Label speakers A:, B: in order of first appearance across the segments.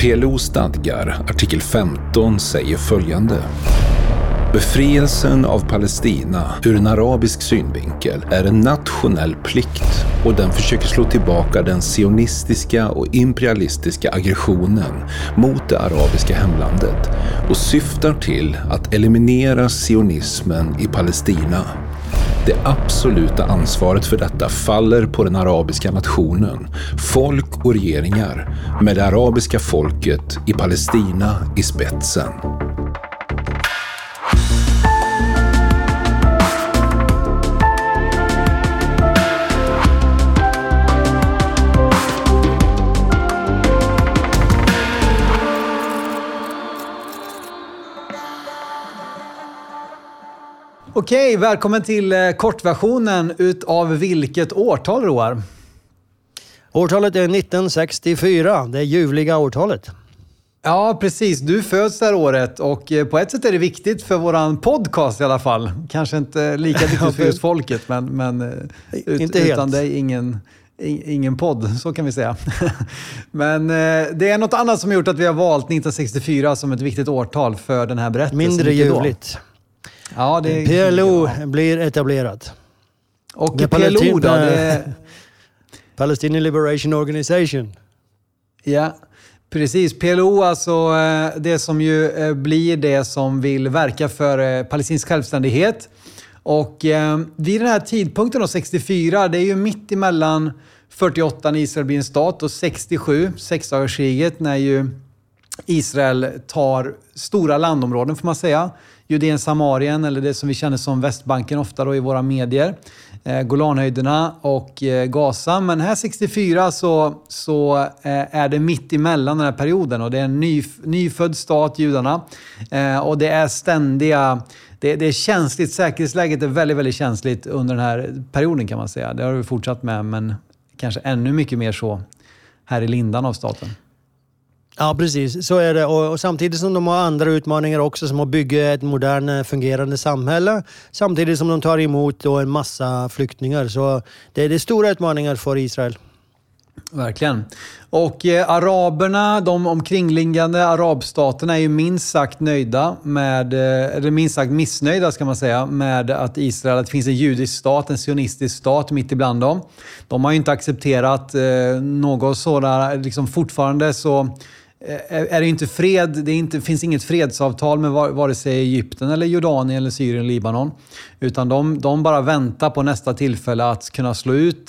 A: PLO stadgar, artikel 15, säger följande. Befrielsen av Palestina ur en arabisk synvinkel är en nationell plikt och den försöker slå tillbaka den sionistiska och imperialistiska aggressionen mot det arabiska hemlandet och syftar till att eliminera sionismen i Palestina. Det absoluta ansvaret för detta faller på den arabiska nationen, folk och regeringar med det arabiska folket i Palestina i spetsen.
B: Okej, välkommen till kortversionen utav vilket årtal, Roar?
C: Årtalet är 1964, det ljuvliga årtalet.
B: Ja, precis. Du föds det här året och på ett sätt är det viktigt för våran podcast i alla fall. Kanske inte lika viktigt för just folket, men
C: inte
B: utan det är ingen podd, så kan vi säga. Men det är något annat som har gjort att vi har valt 1964 som ett viktigt årtal för den här berättelsen.
C: Mindre ljuvligt.
B: Ja, det
C: PLO blir etablerat.
B: Och PLO då?
C: Palestinian Liberation Organization.
B: Ja, precis. PLO, alltså det som ju blir det som vill verka för palestinsk självständighet. Och vid den här tidpunkten då, 64, det är ju mitt emellan 48 när Israel blir en stat och 67, sexdagarskriget, när ju Israel tar stora landområden, får man säga. Judeen, Samarien, eller det som vi känner som Västbanken ofta då i våra medier. Golanhöjderna och Gaza. Men här 64 så är det mitt emellan den här perioden. Och det är en nyfödd stat, judarna. Och det är ständiga... Det är känsligt, säkerhetsläget är väldigt, väldigt känsligt under den här perioden, kan man säga. Det har vi fortsatt med, men kanske ännu mycket mer så här i lindan av staten.
C: Ja, precis. Så är det. Och samtidigt som de har andra utmaningar också, som att bygga ett modernt fungerande samhälle. Samtidigt som de tar emot då en massa flyktingar. Så det är stora utmaningar för Israel.
B: Verkligen. Och araberna, de omkringliggande arabstaterna är ju minst sagt nöjda med, eller minst sagt missnöjda ska man säga, med att Israel, att det finns en judisk stat, en sionistisk stat mitt ibland dem. De har ju inte accepterat något sådant, liksom fortfarande så är det inte fred, finns inget fredsavtal med vare sig Egypten eller Jordanien eller Syrien, Libanon, utan de bara väntar på nästa tillfälle att kunna slå ut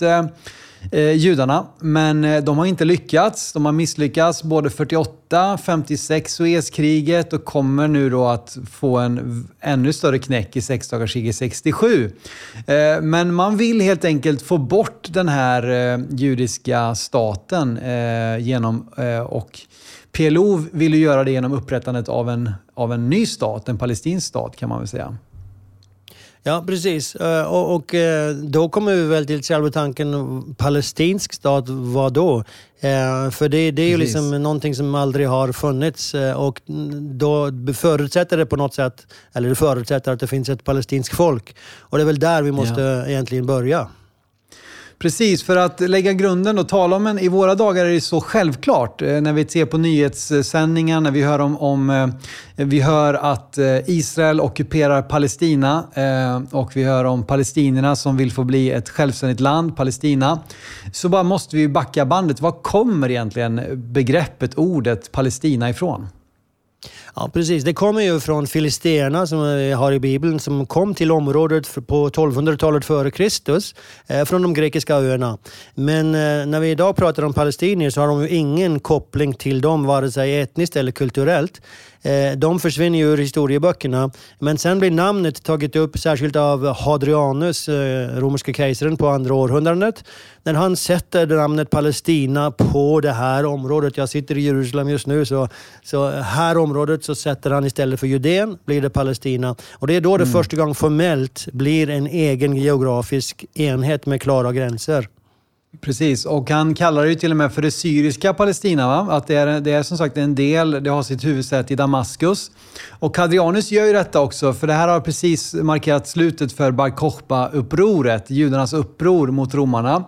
B: judarna, men de har inte lyckats. De har misslyckats både 48, 56 Suezkriget och kommer nu då att få en ännu större knäck i sexdagarskriget 67. Men man vill helt enkelt få bort den här judiska staten och PLO vill ju göra det genom upprättandet av en ny stat, en palestinsk stat kan man väl säga.
C: Ja, precis. Och då kommer vi väl till själva tanken palestinsk stat, vad då? För det är ju liksom någonting som aldrig har funnits och då förutsätter det på något sätt, eller det förutsätter att det finns ett palestinskt folk. Och det är väl där vi måste egentligen börja.
B: Precis, för att lägga grunden och tala om i våra dagar är det så självklart. När vi ser på nyhetssändningar, när vi hör vi hör att Israel ockuperar Palestina och vi hör om palestinierna som vill få bli ett självständigt land, Palestina. Så bara måste vi backa bandet. Var kommer egentligen begreppet, ordet Palestina ifrån?
C: Ja, precis. Det kommer ju från filisterna som vi har i Bibeln, som kom till området på 1200-talet före Kristus från de grekiska öarna. Men när vi idag pratar om palestinier så har de ju ingen koppling till dem, vare sig etniskt eller kulturellt. De försvinner ju ur historieböckerna. Men sen blir namnet taget upp särskilt av Hadrianus, romerska kejsaren på andra århundradet. När han sätter namnet Palestina på det här området. Jag sitter i Jerusalem just nu, så här området så sätter han istället för Judén blir det Palestina. Och det är då det första gången formellt blir en egen geografisk enhet med klara gränser.
B: Precis, och han kallar det ju till och med för det syriska Palestina, va? Att det är som sagt en del, det har sitt huvudsäte i Damaskus. Och Hadrianus gör ju detta också, för det här har precis markerat slutet för Bar Kokhba-upproret, judarnas uppror mot romarna.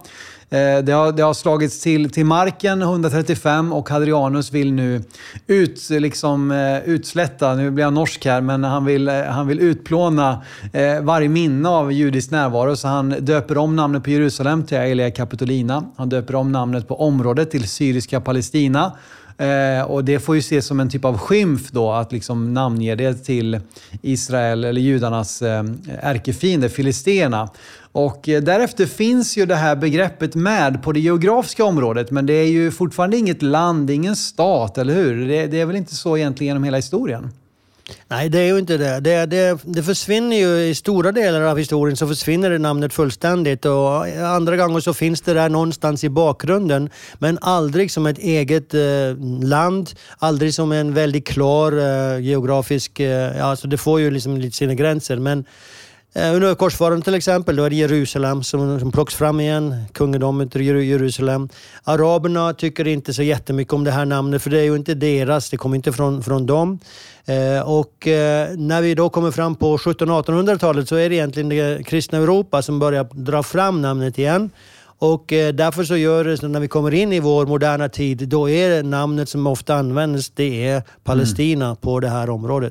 B: Det har slagits till marken 135 och Hadrianus vill nu utslätta, nu blir jag norsk här, men han vill utplåna varje minne av judisk närvaro, så han döper om namnet på Jerusalem till Aelia Capitolina. Han döper om namnet på området till Syriska Palestina. Och det får ju ses som en typ av skymf då, att liksom namnge det till Israel eller judarnas ärkefiende, filisterna. Och därefter finns ju det här begreppet med på det geografiska området, men det är ju fortfarande inget land, ingen stat, eller hur? Det är väl inte så egentligen genom hela historien?
C: Nej, det är ju inte det. Det försvinner ju i stora delar av historien, så försvinner det namnet fullständigt, och andra gånger så finns det där någonstans i bakgrunden, men aldrig som ett eget land, aldrig som en väldigt klar geografisk, alltså det får ju liksom lite sina gränser, men under korsfaren till exempel, då är det Jerusalem som plockas fram igen, kungadomet i Jerusalem. Araberna tycker inte så jättemycket om det här namnet, för det är ju inte deras, det kommer inte från dem. Och när vi då kommer fram på 1700-1800-talet så är det egentligen det kristna Europa som börjar dra fram namnet igen. Och därför så gör det så när vi kommer in i vår moderna tid, då är det namnet som ofta används, det är Palestina på det här området.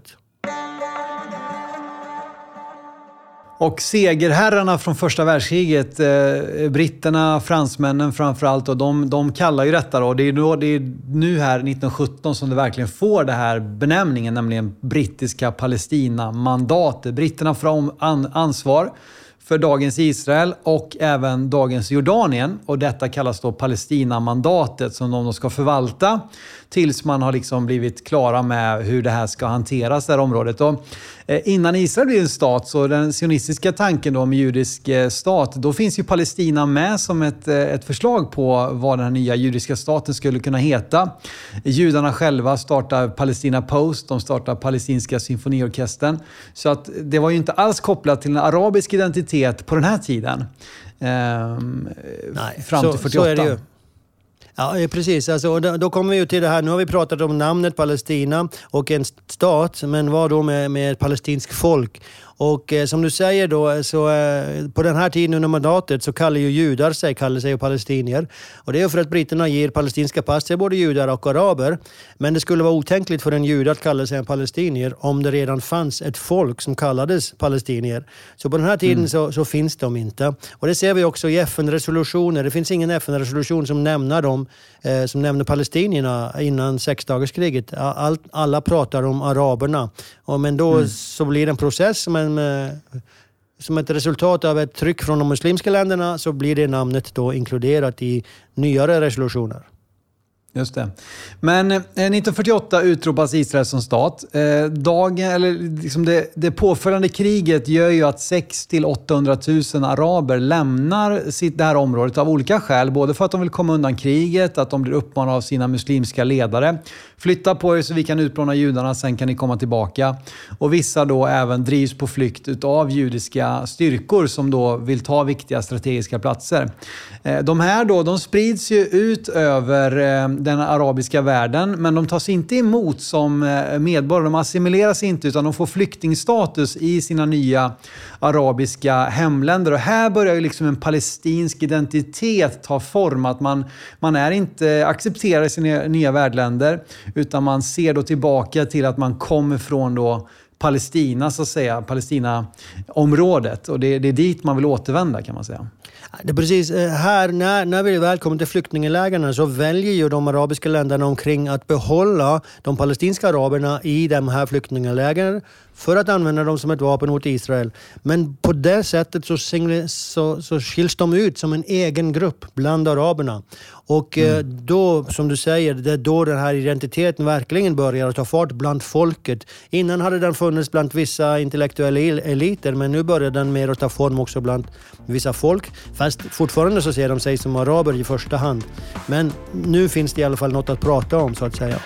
B: Och segerherrarna från första världskriget, britterna, fransmännen framförallt, och de kallar ju detta då. Det är nu här 1917 som det verkligen får det här benämningen, nämligen brittiska Palestina-mandatet. Britterna får ansvar för dagens Israel och även dagens Jordanien, och detta kallas då Palestina-mandatet, som de ska förvalta tills man har liksom blivit klara med hur det här ska hanteras, det här området. Och innan Israel blir en stat, så den sionistiska tanken då om judisk stat, då finns ju Palestina med som ett förslag på vad den här nya judiska staten skulle kunna heta. Judarna själva startar Palestina Post, de startar palestinska symfoniorkestern, så att det var ju inte alls kopplat till en arabisk identitet på den här tiden.
C: Nej,
B: fram till 48.
C: Så är det ju. Ja, precis. Alltså, då kommer vi ju till det här. Nu har vi pratat om namnet Palestina och en stat, men vad då med ett palestinskt folk? Och som du säger då, så på den här tiden under mandatet så kallar ju judar sig palestinier. Och det är för att britterna ger palestinska pass till både judar och araber. Men det skulle vara otänkligt för en jude att kalla sig en palestinier om det redan fanns ett folk som kallades palestinier. Så på den här tiden så finns de inte. Och det ser vi också i FN-resolutioner. Det finns ingen FN-resolution som nämner dem, som nämner palestinierna innan sexdagarskriget. Alla pratar om araberna. Men då så blir det en process som ett resultat av ett tryck från de muslimska länderna, så blir det namnet då inkluderat i nyare resolutioner.
B: Just det. Men 1948 utropas Israel som stat. Det påföljande kriget gör ju att 600 000 araber lämnar det här området av olika skäl. Både för att de vill komma undan kriget, att de blir uppmanade av sina muslimska ledare. Flytta på er så vi kan utplåna judarna, sen kan ni komma tillbaka. Och vissa då även drivs på flykt utav judiska styrkor som då vill ta viktiga strategiska platser. De här då, de sprids ju ut över den arabiska världen, men de tas inte emot som medborgare. De assimileras inte, utan de får flyktingstatus i sina nya arabiska hemländer. Och här börjar ju liksom en palestinsk identitet ta form, att man är inte accepterad i sina nya värdländer, utan man ser då tillbaka till att man kommer från då Palestina, så att säga, Palestina-området, och det är dit man vill återvända, kan man säga.
C: Det är precis här, när vi väl kommer till flyktinglägren, så väljer ju de arabiska länderna omkring att behålla de palestinska araberna i de här flyktinglägren för att använda dem som ett vapen mot Israel. Men på det sättet så skiljs de ut som en egen grupp bland araberna. Och då, som du säger, det är då den här identiteten verkligen börjar ta fart bland folket. Innan hade den funnits bland vissa intellektuella eliter, men nu börjar den mer att ta form också bland vissa folk. Fast fortfarande så ser de sig som araber i första hand. Men nu finns det i alla fall något att prata om, så att säga.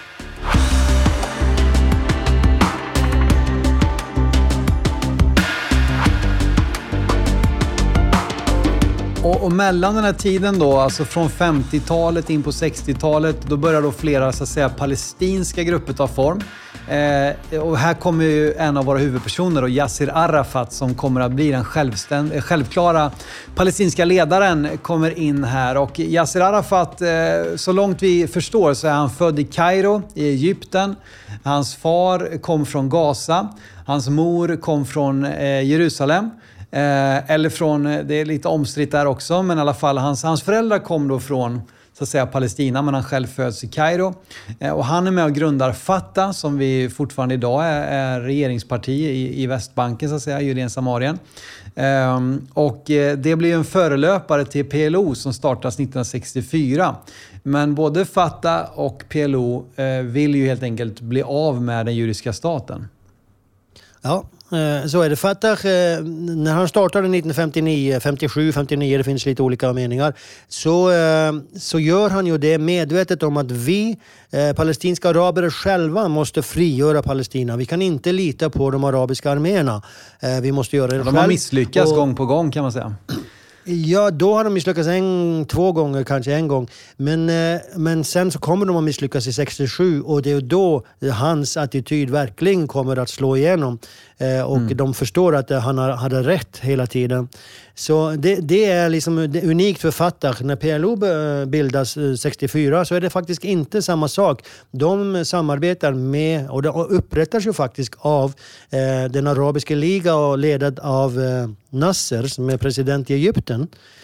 B: Och mellan den här tiden då, alltså från 50-talet in på 60-talet, då börjar då flera så att säga palestinska grupper ta form. Och här kommer ju en av våra huvudpersoner, Yasser Arafat, som kommer att bli den självklara palestinska ledaren, kommer in här. Och Yasser Arafat, så långt vi förstår så är han född i Kairo i Egypten. Hans far kom från Gaza. Hans mor kom från Jerusalem. Eller från, det är lite omstritt där också, men i alla fall hans föräldrar kom då från så att säga Palestina, men han själv föds i Kairo. Och han är med och grundar Fatah, som vi fortfarande idag är regeringsparti i Västbanken, så att säga, Judeen Samarien. Och det blir en förelöpare till PLO som startas 1964. Men både Fatah och PLO vill ju helt enkelt bli av med den judiska staten.
C: Ja, så är det. Fatah, när han startade 1959, 57, 59, det finns lite olika meningar, så gör han ju det medvetet om att vi palestinska araber själva måste frigöra Palestina. Vi kan inte lita på de arabiska arméerna. Vi måste göra det själva.
B: De har misslyckats gång på gång, kan man säga.
C: Ja, då har de misslyckats två gånger, kanske en gång. Men sen så kommer de att misslyckas i 67, och det är då hans attityd verkligen kommer att slå igenom. Och de förstår att han hade rätt hela tiden. Så det är liksom det är unikt för Fatah. När PLO bildas 64 så är det faktiskt inte samma sak. De samarbetar med, och det upprättas ju faktiskt av den arabiska liga och ledad av Nasser, som är president i Egypten.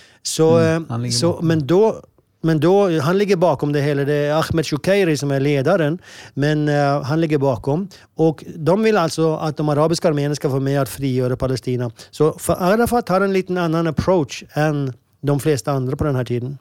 C: Men då, han ligger bakom det hela. Det är Ahmed Shoukairi som är ledaren, men han ligger bakom. Och de vill alltså att de arabiska arméerna ska få med att frigöra Palestina. Så för Arafat har en liten annan approach än de flesta andra på den här tiden.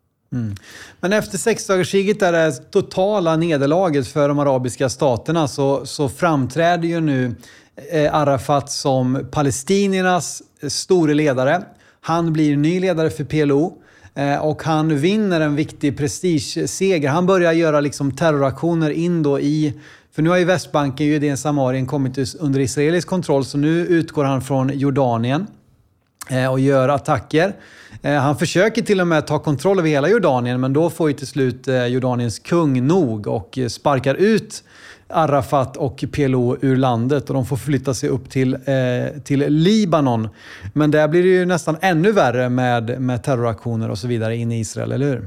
B: Men efter sexdagarskriget, där det totala nederlaget för de arabiska staterna, så framträder ju nu Arafat som palestiniernas store ledare. Han blir ny ledare för PLO. Och han vinner en viktig prestigeseger. Han börjar göra liksom terroraktioner in då för nu har ju Västbanken, Judeen Samarien, kommit under israelisk kontroll, så nu utgår han från Jordanien och gör attacker. Han försöker till och med ta kontroll över hela Jordanien, men då får ju till slut Jordaniens kung nog och sparkar ut Arafat och PLO ur landet, och de får flytta sig upp till Libanon. Men där blir det ju nästan ännu värre med terroraktioner och så vidare in i Israel, eller hur?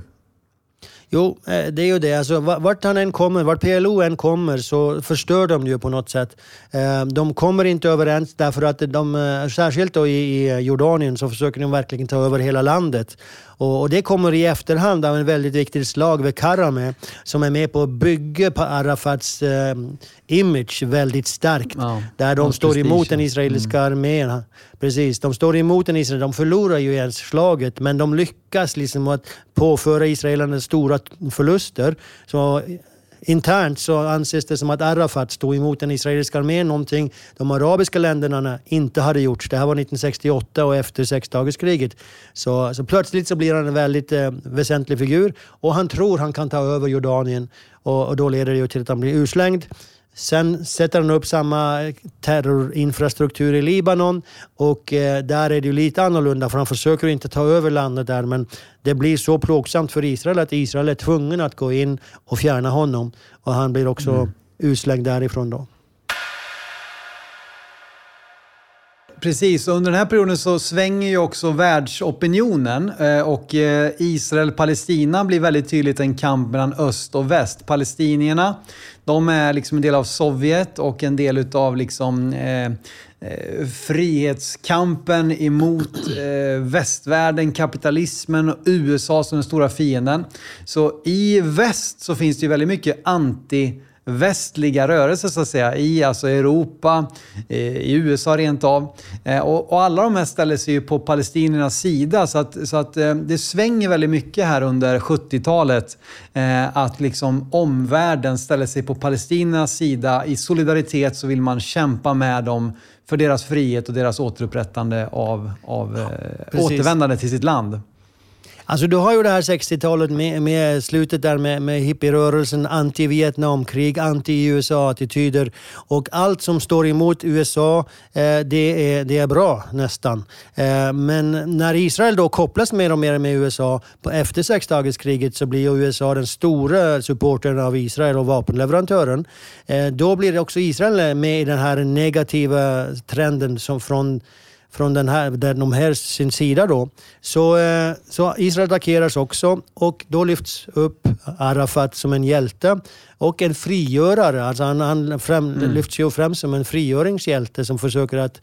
C: Jo, det är ju det. Alltså, vart PLO än kommer så förstör de ju på något sätt. De kommer inte överens därför att särskilt då i Jordanien så försöker de verkligen ta över hela landet. Och det kommer i efterhand av en väldigt viktig slag vid Karame, som är med på att bygga på Arafats image väldigt starkt. Ja, där de står emot den israeliska armén. Precis, de står emot den israeliska. De förlorar ju ens slaget, men de lyckas liksom att påföra israelerna stora förluster. Så internt så anses det som att Arafat stod emot den israeliska armén, någonting de arabiska länderna inte hade gjort. Det här var 1968 och efter sexdagarskriget. Så plötsligt så blir han en väldigt väsentlig figur, och han tror han kan ta över Jordanien, och då leder det ju till att han blir urslängd. Sen sätter han upp samma terrorinfrastruktur i Libanon, och där är det ju lite annorlunda, för han försöker inte ta över landet där, men det blir så plågsamt för Israel att Israel är tvungen att gå in och fjärna honom, och han blir också utslängd därifrån då.
B: Precis, och under den här perioden så svänger ju också världsopinionen, och Israel-Palestina blir väldigt tydligt en kamp mellan öst och väst. Palestinierna, de är liksom en del av Sovjet och en del utav liksom frihetskampen emot västvärlden, kapitalismen och USA som den stora fienden. Så i väst så finns det ju väldigt mycket västliga rörelser, så att säga, i alltså Europa, i USA rent av. Och alla de här ställer sig ju på palestiniernas sida, så att det svänger väldigt mycket här under 70-talet, att liksom omvärlden ställer sig på palestiniernas sida. I solidaritet så vill man kämpa med dem för deras frihet och deras återupprättande av återvändande till sitt land.
C: Alltså du har ju det här 60-talet med slutet där med hippierörelsen, anti-Vietnamkrig, anti-USA-attityder och allt som står emot USA, det är bra nästan. Men när Israel då kopplas mer och mer med USA efter sexdagarskriget så blir ju USA den stora supportern av Israel och vapenleverantören. Då blir det också Israel med i den här negativa trenden som från den här, där de här sin sida då. Så Israel attackeras också och då lyfts upp Arafat som en hjälte och en frigörare. Alltså han lyfts ju fram som en frigöringshjälte som försöker att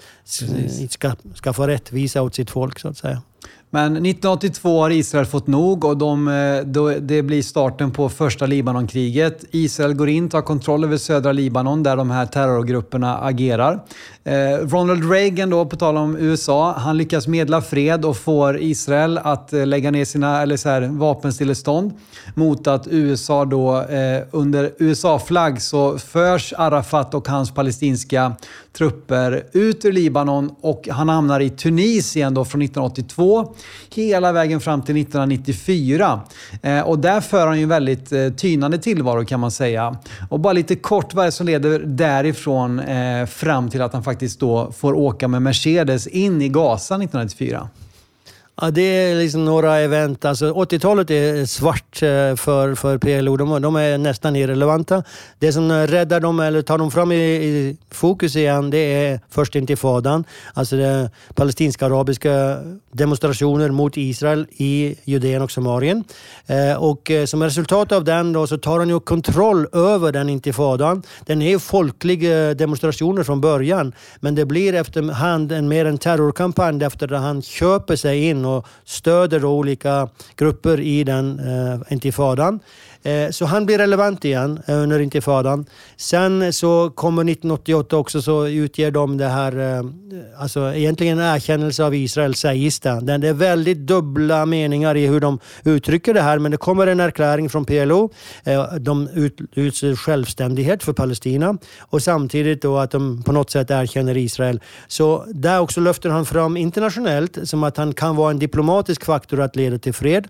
C: skaffa rättvisa åt sitt folk så att säga.
B: Men 1982 har Israel fått nog och det blir starten på första Libanonkriget. Israel går in, tar kontroll över södra Libanon där de här terrorgrupperna agerar. Ronald Reagan då, på tal om USA, han lyckas medla fred och får Israel att lägga ner sina vapenstillestånd mot att USA då under USA-flagg så förs Arafat och hans palestinska trupper ut ur Libanon och han hamnar i Tunisien då från 1982 hela vägen fram till 1994. Och där för han ju en väldigt tynande tillvaro kan man säga. Och bara lite kort vad är det som leder därifrån fram till att han faktiskt då får åka med Mercedes in i Gaza 1994.
C: Ja, det är liksom några event. Alltså 80-talet är svart för PLO. De är nästan irrelevanta. Det som räddar dem eller tar dem fram i fokus igen, det är först intifadan. Alltså det palestinska-arabiska demonstrationer mot Israel i Judeen och Samarien. Och som resultat av den då så tar han ju kontroll över den intifadan. Den är ju folkliga demonstrationer från början. Men det blir efterhand mer en terrorkampanj efter att han köper sig in och stöder olika grupper i den intifadan. Så han blir relevant igen under intifadan. Sen så kommer 1988 också så utger de det här, alltså egentligen en erkännelse av Israel sägs det. Det är väldigt dubbla meningar i hur de uttrycker det här, men det kommer en erkläring från PLO. De utser självständighet för Palestina och samtidigt då att de på något sätt erkänner Israel. Så där också lyfter han fram internationellt som att han kan vara en diplomatisk faktor att leda till fred.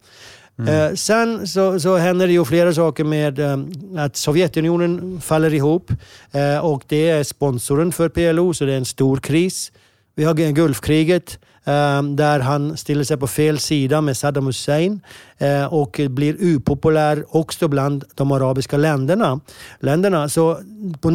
C: Sen så händer det ju flera saker med att Sovjetunionen faller ihop och det är sponsorn för PLO så det är en stor kris. Vi har Gulfkriget där han ställer sig på fel sida med Saddam Hussein och blir upopulär också bland de arabiska länderna. Så på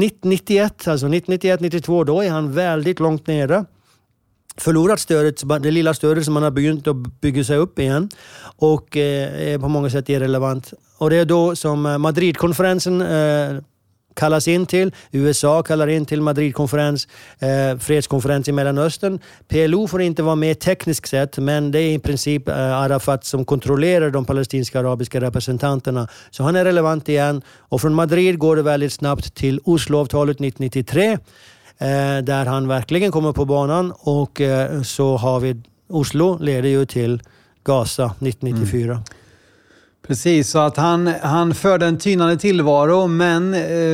C: 1991-92 då är han väldigt långt nere. Förlorat stödet, det lilla stödet som man har begynt att bygga sig upp igen och är på många sätt irrelevant. Och det är då som Madridkonferensen kallas in till. USA kallar in till Madridkonferens, fredskonferens i Mellanöstern. PLO får inte vara med tekniskt sett, men det är i princip Arafat som kontrollerar de palestinska arabiska representanterna. Så han är relevant igen. Och från Madrid går det väldigt snabbt till Osloavtalet 1993. Där han verkligen kommer på banan och så har vi Oslo leder ju till Gaza 1994.
B: Precis, så att han förde en tynande tillvaro men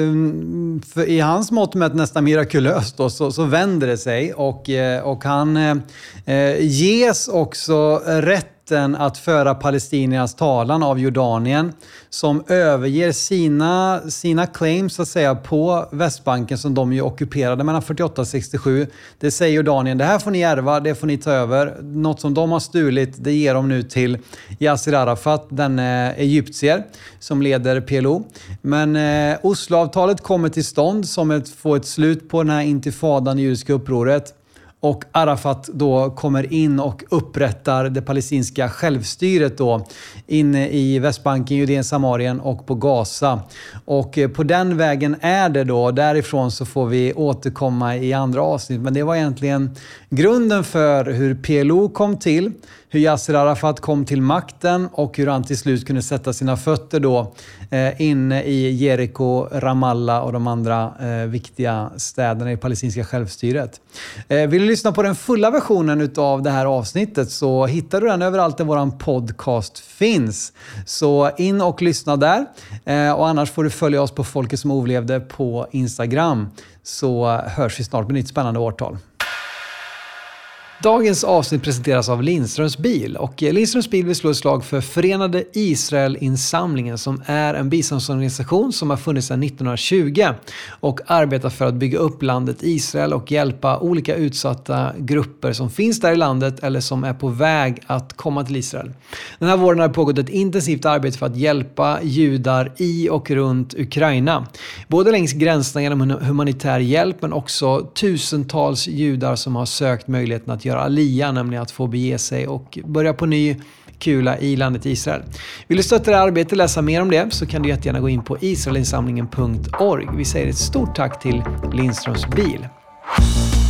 B: i hans mått med nästan mirakulöst då, så vänder det sig och han ges också rätten att föra palestiniernas talan av Jordanien som överger sina claims så att säga på Västbanken som de ju ockuperade mellan 48 och 67. Det säger Jordanien, det här får ni ärva, det får ni ta över. Något som de har stulit, det ger de nu till Yasser Arafat, den egyptier som leder PLO. Men Osloavtalet kommer till stånd som får ett slut på den här intifadan, judiska upproret. Och Arafat då kommer in och upprättar det palestinska självstyret då inne i Västbanken, Judeen, Samarien och på Gaza. Och på den vägen är det då. Därifrån så får vi återkomma i andra avsnitt. Men det var egentligen grunden för hur PLO kom till, hur Yasser Arafat kom till makten och hur han till slut kunde sätta sina fötter då inne i Jeriko, Ramallah och de andra viktiga städerna i palestinska självstyret. Vill du lyssna på den fulla versionen av det här avsnittet så hittar du den överallt där våran podcast finns. Så in och lyssna där. Och annars får du följa oss på Folket som overlevde på Instagram. Så hörs vi snart med nytt spännande årtal. Dagens avsnitt presenteras av Lindströms bil och Lindströms bil vill slå ett slag för Förenade Israel-insamlingen som är en biståndsorganisation som har funnits sedan 1920 och arbetar för att bygga upp landet Israel och hjälpa olika utsatta grupper som finns där i landet eller som är på väg att komma till Israel. Den här våren har pågått ett intensivt arbete för att hjälpa judar i och runt Ukraina. Både längs gränserna genom humanitär hjälp men också tusentals judar som har sökt möjligheten att göra alia, nämligen att få bege sig och börja på ny kula i landet Israel. Vill du stötta det här arbetet, läsa mer om det, så kan du jättegärna gå in på israelinsamlingen.org. Vi säger ett stort tack till Lindströms bil.